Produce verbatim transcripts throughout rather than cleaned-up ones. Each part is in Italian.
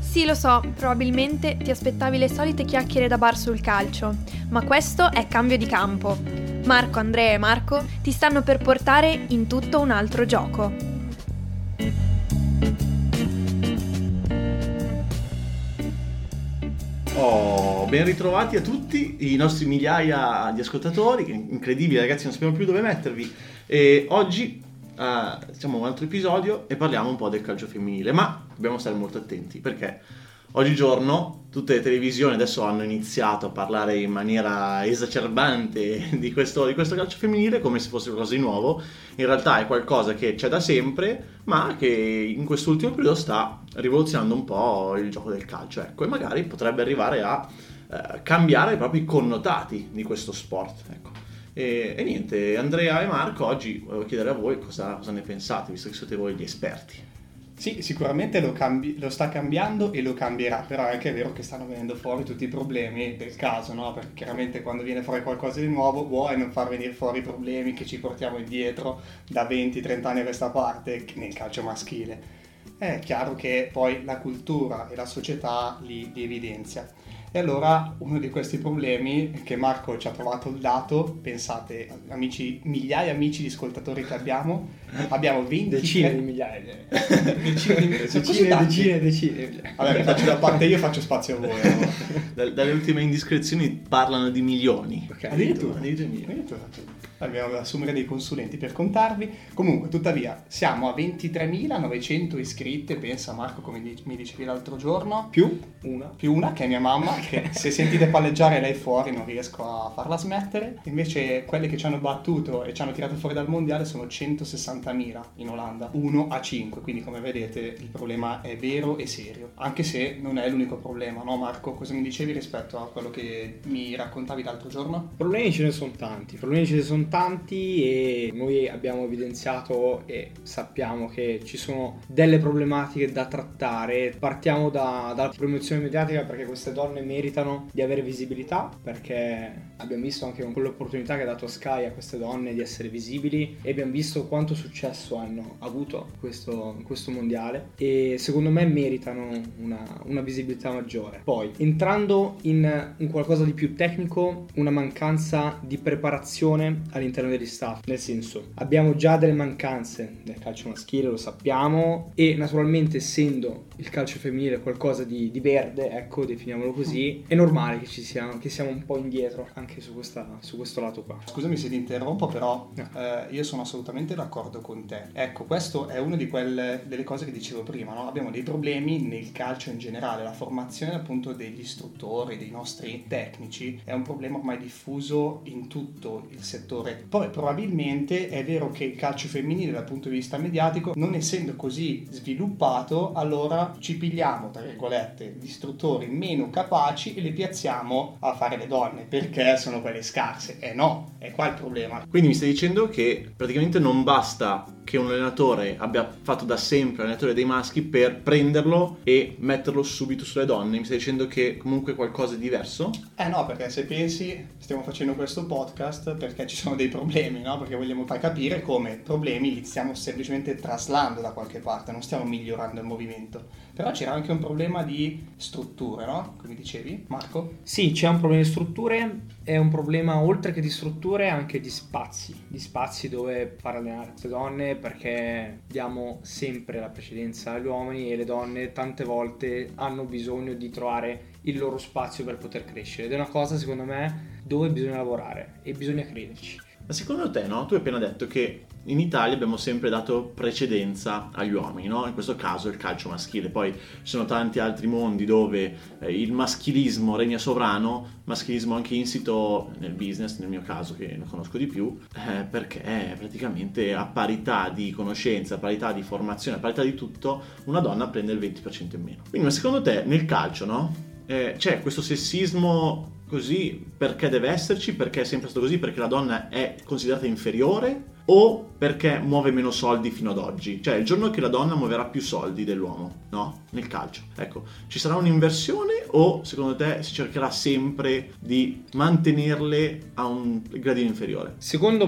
Sì, lo so, probabilmente ti aspettavi le solite chiacchiere da bar sul calcio, ma questo è cambio di campo. Marco, Andrea e Marco ti stanno per portare in tutto un altro gioco. Oh, ben ritrovati a tutti i nostri migliaia di ascoltatori, che incredibile ragazzi, non sappiamo più dove mettervi. E oggi uh, facciamo un altro episodio e parliamo un po' del calcio femminile, ma dobbiamo stare molto attenti perché oggigiorno tutte le televisioni adesso hanno iniziato a parlare in maniera esacerbante di questo, di questo calcio femminile come se fosse qualcosa di nuovo. In realtà è qualcosa che c'è da sempre, ma che in quest'ultimo periodo sta rivoluzionando un po' il gioco del calcio, ecco, e magari potrebbe arrivare a eh, cambiare proprio i connotati di questo sport, ecco. E, e niente, Andrea e Marco, oggi volevo chiedere a voi cosa, cosa ne pensate, visto che siete voi gli esperti. Sì, sicuramente lo, cambi- lo sta cambiando e lo cambierà, però è anche vero che stanno venendo fuori tutti i problemi del caso, no? Perché chiaramente quando viene fuori qualcosa di nuovo vuoi non far venire fuori i problemi che ci portiamo indietro da venti trenta anni a questa parte nel calcio maschile. È chiaro che poi la cultura e la società li, li evidenzia. E allora uno di questi problemi che Marco ci ha trovato il dato, pensate, amici, migliaia di amici di ascoltatori che abbiamo, abbiamo ventitré decine di migliaia, decine di decine, decine, decine. Vabbè, faccio da parte io, faccio spazio a voi. No? Dalle ultime indiscrezioni parlano di milioni. Okay. Addirittura, addirittura, addirittura. Dobbiamo assumere dei consulenti per contarvi. Comunque, tuttavia, siamo a ventitremilanovecento iscritte, pensa Marco, come mi dicevi l'altro giorno. Più una. Più una, che è mia mamma, che se sentite palleggiare lei fuori non riesco a farla smettere. Invece quelle che ci hanno battuto e ci hanno tirato fuori dal mondiale sono centosessantamila in Olanda, uno a cinque, quindi come vedete il problema è vero e serio, anche se non è l'unico problema, no Marco? Cosa mi dicevi rispetto a quello che mi raccontavi l'altro giorno? Problemi ce ne sono tanti, problemi ce ne sono tanti e noi abbiamo evidenziato e sappiamo che ci sono delle problematiche da trattare. Partiamo da, dalla promozione mediatica, perché queste donne meritano di avere visibilità, perché abbiamo visto anche con quell'opportunità che ha dato Sky a queste donne di essere visibili e abbiamo visto quanto successo hanno avuto questo, questo mondiale, e secondo me meritano una, una visibilità maggiore. Poi entrando in, in qualcosa di più tecnico, una mancanza di preparazione all'interno degli staff, nel senso abbiamo già delle mancanze nel calcio maschile, lo sappiamo, e naturalmente essendo il calcio femminile qualcosa di, di verde, ecco, definiamolo così, è normale che ci siamo, che siamo un po' indietro anche su, questa, su questo lato qua. Scusami se ti interrompo, però no. eh, io sono assolutamente d'accordo con te. Ecco, questo è una di quelle delle cose che dicevo prima, no? Abbiamo dei problemi nel calcio in generale, la formazione appunto degli istruttori, dei nostri tecnici è un problema ormai diffuso in tutto il settore. Poi probabilmente è vero che il calcio femminile dal punto di vista mediatico, non essendo così sviluppato, allora ci pigliamo tra virgolette gli istruttori meno capaci e li piazziamo a fare le donne perché sono quelle scarse. Eh no, è qua il problema. Quindi mi stai dicendo che praticamente non basta che un allenatore abbia fatto da sempre l'allenatore dei maschi per prenderlo e metterlo subito sulle donne? Mi stai dicendo che comunque qualcosa di diverso? Eh no, perché se pensi, stiamo facendo questo podcast perché ci sono dei problemi, no? Perché vogliamo far capire come problemi li stiamo semplicemente traslando da qualche parte, non stiamo migliorando il movimento. Però c'era anche un problema di strutture, no? Come dicevi, Marco? Sì, c'è un problema di strutture, è un problema oltre che di strutture anche di spazi, di spazi dove far allenare queste donne, perché diamo sempre la precedenza agli uomini e le donne tante volte hanno bisogno di trovare il loro spazio per poter crescere, ed è una cosa secondo me dove bisogna lavorare e bisogna crederci. Ma secondo te, no? Tu hai appena detto che in Italia abbiamo sempre dato precedenza agli uomini, no? In questo caso il calcio maschile. Poi ci sono tanti altri mondi dove eh, il maschilismo regna sovrano, maschilismo anche insito nel business, nel mio caso che ne conosco di più, eh, perché praticamente a parità di conoscenza, a parità di formazione, a parità di tutto, una donna prende il venti per cento in meno. Quindi ma secondo te nel calcio, no? Eh, c'è questo sessismo così perché deve esserci, perché è sempre stato così, perché la donna è considerata inferiore, o perché muove meno soldi fino ad oggi? Cioè il giorno che la donna muoverà più soldi dell'uomo, no? Nel calcio, ecco, ci sarà un'inversione o secondo te si cercherà sempre di mantenerle a un gradino inferiore? Secondo me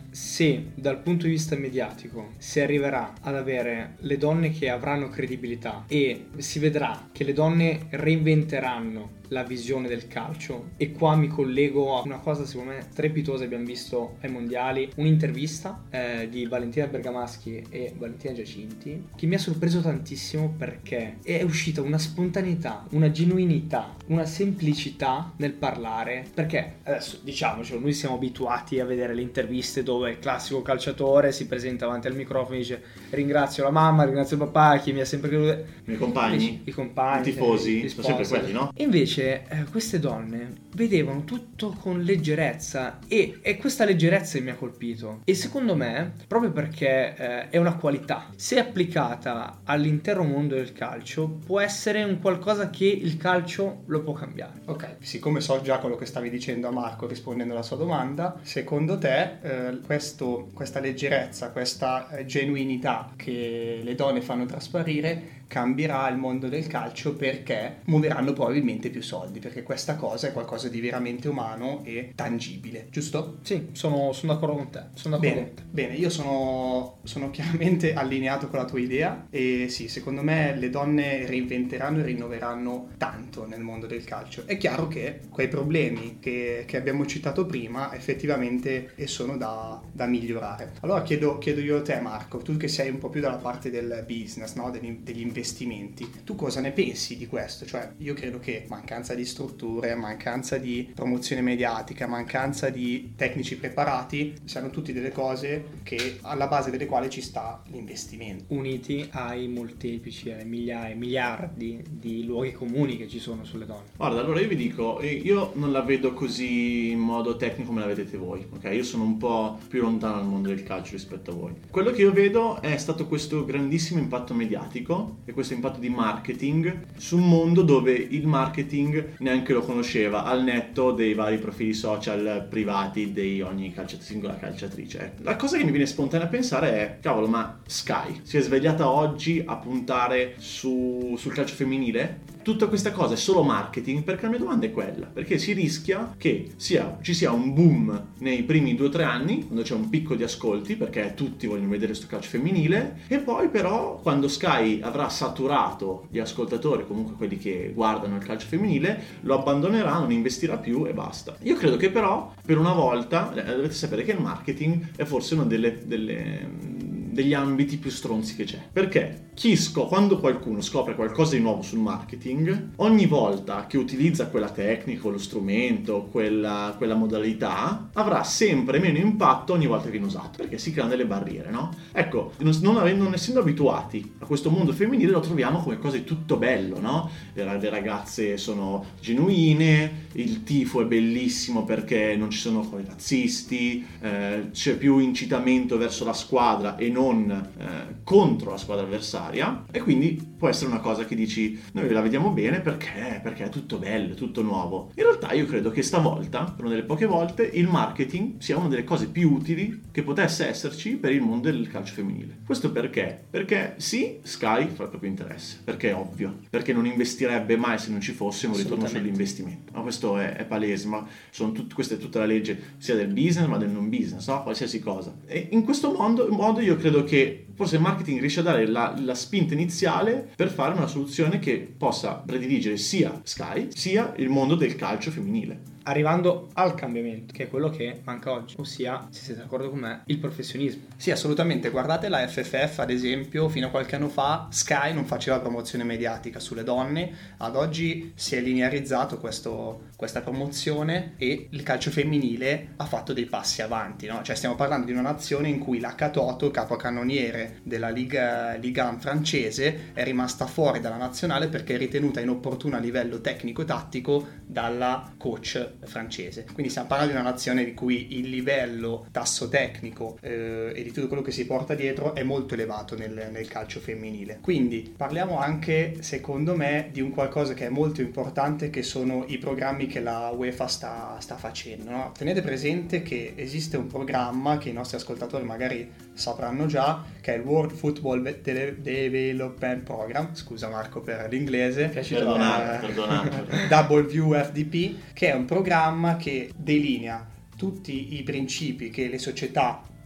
se dal punto di vista mediatico si arriverà ad avere le donne che avranno credibilità e si vedrà che le donne reinventeranno la visione del calcio, e qua mi collego a una cosa secondo me strepitosa. Abbiamo visto ai mondiali un'intervista eh, di Valentina Bergamaschi e Valentina Giacinti che mi ha sorpreso tantissimo, perché è uscita una spontaneità, una genuinità, una semplicità nel parlare. Perché adesso diciamocelo, noi siamo abituati a vedere le interviste dove il classico calciatore si presenta avanti al microfono e dice: ringrazio la mamma, ringrazio il papà, chi mi ha sempre creduto, i miei compagni, i, i compagni, i tifosi, i sono sempre quelli, no? Invece eh, queste donne vedevano tutto con leggerezza, e, e questa leggerezza mi ha colpito, e secondo me proprio perché eh, è una qualità, se applicata all'intero mondo del calcio può essere un qualcosa che il calcio lo può cambiare. Ok, siccome so già quello che stavi dicendo a Marco rispondendo alla sua domanda, secondo te eh, questo, questa leggerezza, questa eh, genuinità che le donne fanno trasparire cambierà il mondo del calcio, perché muoveranno probabilmente più soldi, perché questa cosa è qualcosa di veramente umano e tangibile, giusto? Sì, sono, sono d'accordo con te. Sono d'accordo Bene, con te. bene, io sono, sono chiaramente allineato con la tua idea, e sì, secondo me le donne reinventeranno e rinnoveranno tanto nel mondo del calcio. È chiaro che quei problemi che, che abbiamo citato prima effettivamente sono da, da migliorare. Allora chiedo, chiedo io a te, Marco, tu che sei un po' più dalla parte del business, no? degli, degli investimenti, tu cosa ne pensi di questo? Cioè, io credo che mancanza di strutture, mancanza di promozione mediatica, mancanza di tecnici preparati siano tutte delle cose che alla base delle quali ci sta l'investimento, uniti ai molteplici, ai migliaia, miliardi di luoghi comuni che ci sono sulle donne. Guarda, allora io vi dico, io non la vedo così in modo tecnico come la vedete voi, ok? Io sono un po' più lontano dal mondo del calcio rispetto a voi. Quello che io vedo è stato questo grandissimo impatto mediatico e questo impatto di marketing su un mondo dove il marketing neanche lo conosceva, al netto dei vari profili social privati di ogni calciat- singola calciatrice. La cosa che mi viene spontanea a pensare è: cavolo, ma Sky si è svegliata oggi a puntare su, sul calcio femminile? Tutta questa cosa è solo marketing? Perché la mia domanda è quella, perché si rischia che sia, ci sia un boom nei primi due o tre anni, quando c'è un picco di ascolti, perché tutti vogliono vedere questo calcio femminile, e poi però quando Sky avrà saturato gli ascoltatori, comunque quelli che guardano il calcio femminile, lo abbandonerà, non investirà più e basta. Io credo che però per una volta eh, dovete sapere che il marketing è forse uno delle, delle degli ambiti più stronzi che c'è, perché chi sco- quando qualcuno scopre qualcosa di nuovo sul marketing, ogni volta che utilizza quella tecnica, lo strumento, quella, quella modalità, avrà sempre meno impatto ogni volta che viene usato, perché si creano delle barriere, no? Ecco, non, non, avendo, non essendo abituati a questo mondo femminile, lo troviamo come cosa di tutto bello, no? Le, le ragazze sono genuine, il tifo è bellissimo perché non ci sono quelli razzisti, eh, c'è più incitamento verso la squadra e non eh, contro la squadra avversaria, e quindi può essere una cosa che dici: noi la vediamo bene perché perché è tutto bello, è tutto nuovo. In realtà io credo che stavolta, per una delle poche volte, il marketing sia una delle cose più utili che potesse esserci per il mondo del calcio femminile. Questo perché? Perché sì, Sky fa il proprio interesse, perché è ovvio, perché non investirebbe mai se non ci fosse un ritorno sull'investimento, ma questo è, è palese, ma sono tut, questa è tutta la legge sia del business ma del non business, no? Qualsiasi cosa. E in questo mondo, modo io credo che forse il marketing riesce a dare la, la spinta iniziale per fare una soluzione che possa prediligere sia Sky sia il mondo del calcio femminile, arrivando al cambiamento, che è quello che manca oggi, ossia, se siete d'accordo con me, il professionismo. Sì, assolutamente. Guardate la F F F, ad esempio, fino a qualche anno fa Sky non faceva promozione mediatica sulle donne, ad oggi si è linearizzato questo, questa promozione e il calcio femminile ha fatto dei passi avanti, no? Cioè stiamo parlando di una nazione in cui la Catoto, capocannoniere della Liga, Liga uno francese, è rimasta fuori dalla nazionale perché è ritenuta inopportuna a livello tecnico-tattico dalla coach francese. Quindi stiamo parlando di una nazione di cui il livello tasso tecnico eh, e di tutto quello che si porta dietro è molto elevato nel, nel calcio femminile. Quindi parliamo anche, secondo me, di un qualcosa che è molto importante, che sono i programmi che la UEFA sta, sta facendo, no? Tenete presente che esiste un programma che i nostri ascoltatori magari sapranno già, che è il World Football Development Program, scusa Marco per l'inglese, perdonate, eh, perdonate. W F D P, che è un programma che delinea tutti i principi che le società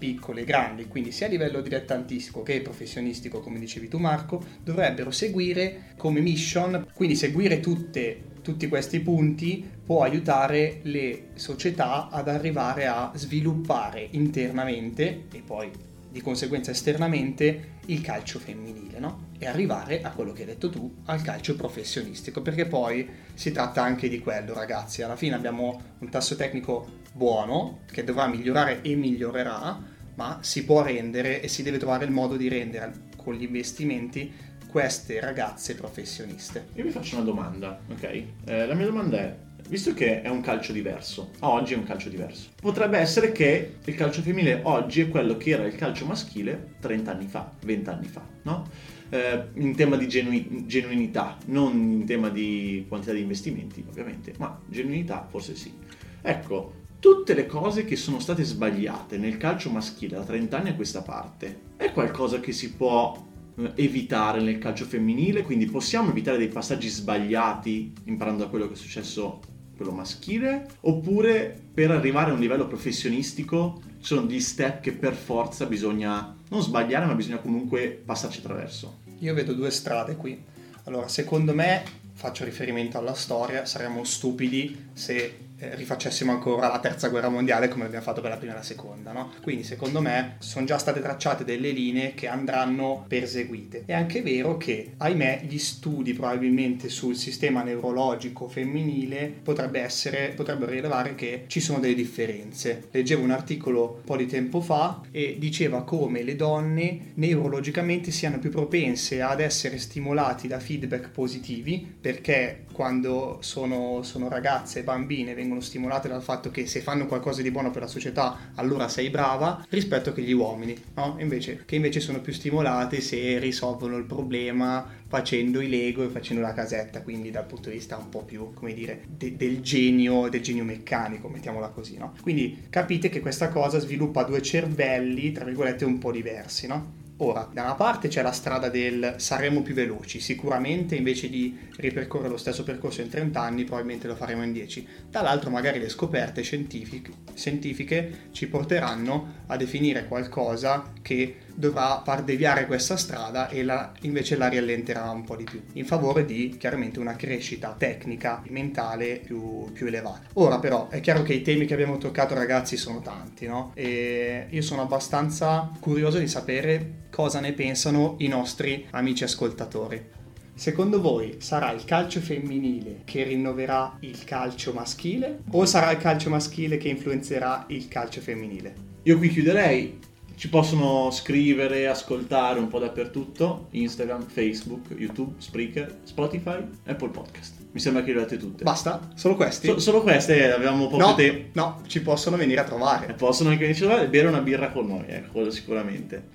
piccole e grandi, quindi sia a livello dilettantistico che professionistico, come dicevi tu Marco, dovrebbero seguire come mission, quindi seguire tutte tutti questi punti può aiutare le società ad arrivare a sviluppare internamente e poi di conseguenza esternamente il calcio femminile, no? E arrivare a quello che hai detto tu, al calcio professionistico, perché poi si tratta anche di quello, ragazzi. Alla fine abbiamo un tasso tecnico buono che dovrà migliorare e migliorerà, ma si può rendere e si deve trovare il modo di rendere con gli investimenti queste ragazze professioniste. Io vi faccio una domanda, ok? Eh, la mia domanda è, visto che è un calcio diverso, oggi è un calcio diverso, potrebbe essere che il calcio femminile oggi è quello che era il calcio maschile trenta anni fa, venti anni fa, no? Eh, in tema di genu- genuinità, non in tema di quantità di investimenti, ovviamente, ma genuinità forse sì. Ecco, tutte le cose che sono state sbagliate nel calcio maschile da trenta anni a questa parte, è qualcosa che si può evitare nel calcio femminile? Quindi possiamo evitare dei passaggi sbagliati imparando da quello che è successo quello maschile, oppure per arrivare a un livello professionistico ci sono degli step che per forza bisogna non sbagliare, ma bisogna comunque passarci attraverso? Io vedo due strade qui. Allora, secondo me, faccio riferimento alla storia, saremmo stupidi se eh, rifacessimo ancora la terza guerra mondiale come abbiamo fatto per la prima e la seconda, no? Quindi secondo me sono già state tracciate delle linee che andranno perseguite. È anche vero che, ahimè, gli studi probabilmente sul sistema neurologico femminile potrebbe essere, potrebbero rilevare che ci sono delle differenze. Leggevo un articolo un po' di tempo fa e diceva come le donne neurologicamente siano più propense ad essere stimolati da feedback positivi, perché quando sono, sono ragazze e bambine vengono stimolate dal fatto che se fanno qualcosa di buono per la società allora sei brava, rispetto che gli uomini, no? Invece, che invece sono più stimolate se risolvono il problema facendo i Lego e facendo la casetta, quindi dal punto di vista un po' più, come dire, de- del genio del genio meccanico, mettiamola così, no? Quindi capite che questa cosa sviluppa due cervelli, tra virgolette, un po' diversi, no? Ora, da una parte c'è la strada del saremo più veloci, sicuramente invece di ripercorrere lo stesso percorso in trenta anni probabilmente lo faremo in dieci. Dall'altro magari le scoperte scientifiche, scientifiche ci porteranno a definire qualcosa che dovrà far deviare questa strada e la, invece la riallenterà un po' di più, in favore di chiaramente una crescita tecnica, mentale più, più elevata. Ora però è chiaro che i temi che abbiamo toccato, ragazzi, sono tanti, no? E io sono abbastanza curioso di sapere cosa ne pensano i nostri amici ascoltatori. Secondo voi sarà il calcio femminile che rinnoverà il calcio maschile o sarà il calcio maschile che influenzerà il calcio femminile? Io qui chiuderei. Ci possono scrivere, ascoltare un po' dappertutto: Instagram, Facebook, YouTube, Spreaker, Spotify, Apple Podcast. Mi sembra che le avete tutte. Basta? Solo questi? So- solo queste, abbiamo poco no, tempo. No, ci possono venire a trovare. E possono anche venire a trovare e bere una birra con noi, ecco, quello sicuramente.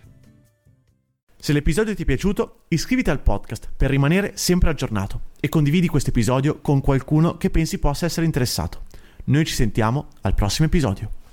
Se l'episodio ti è piaciuto, iscriviti al podcast per rimanere sempre aggiornato e condividi questo episodio con qualcuno che pensi possa essere interessato. Noi ci sentiamo al prossimo episodio.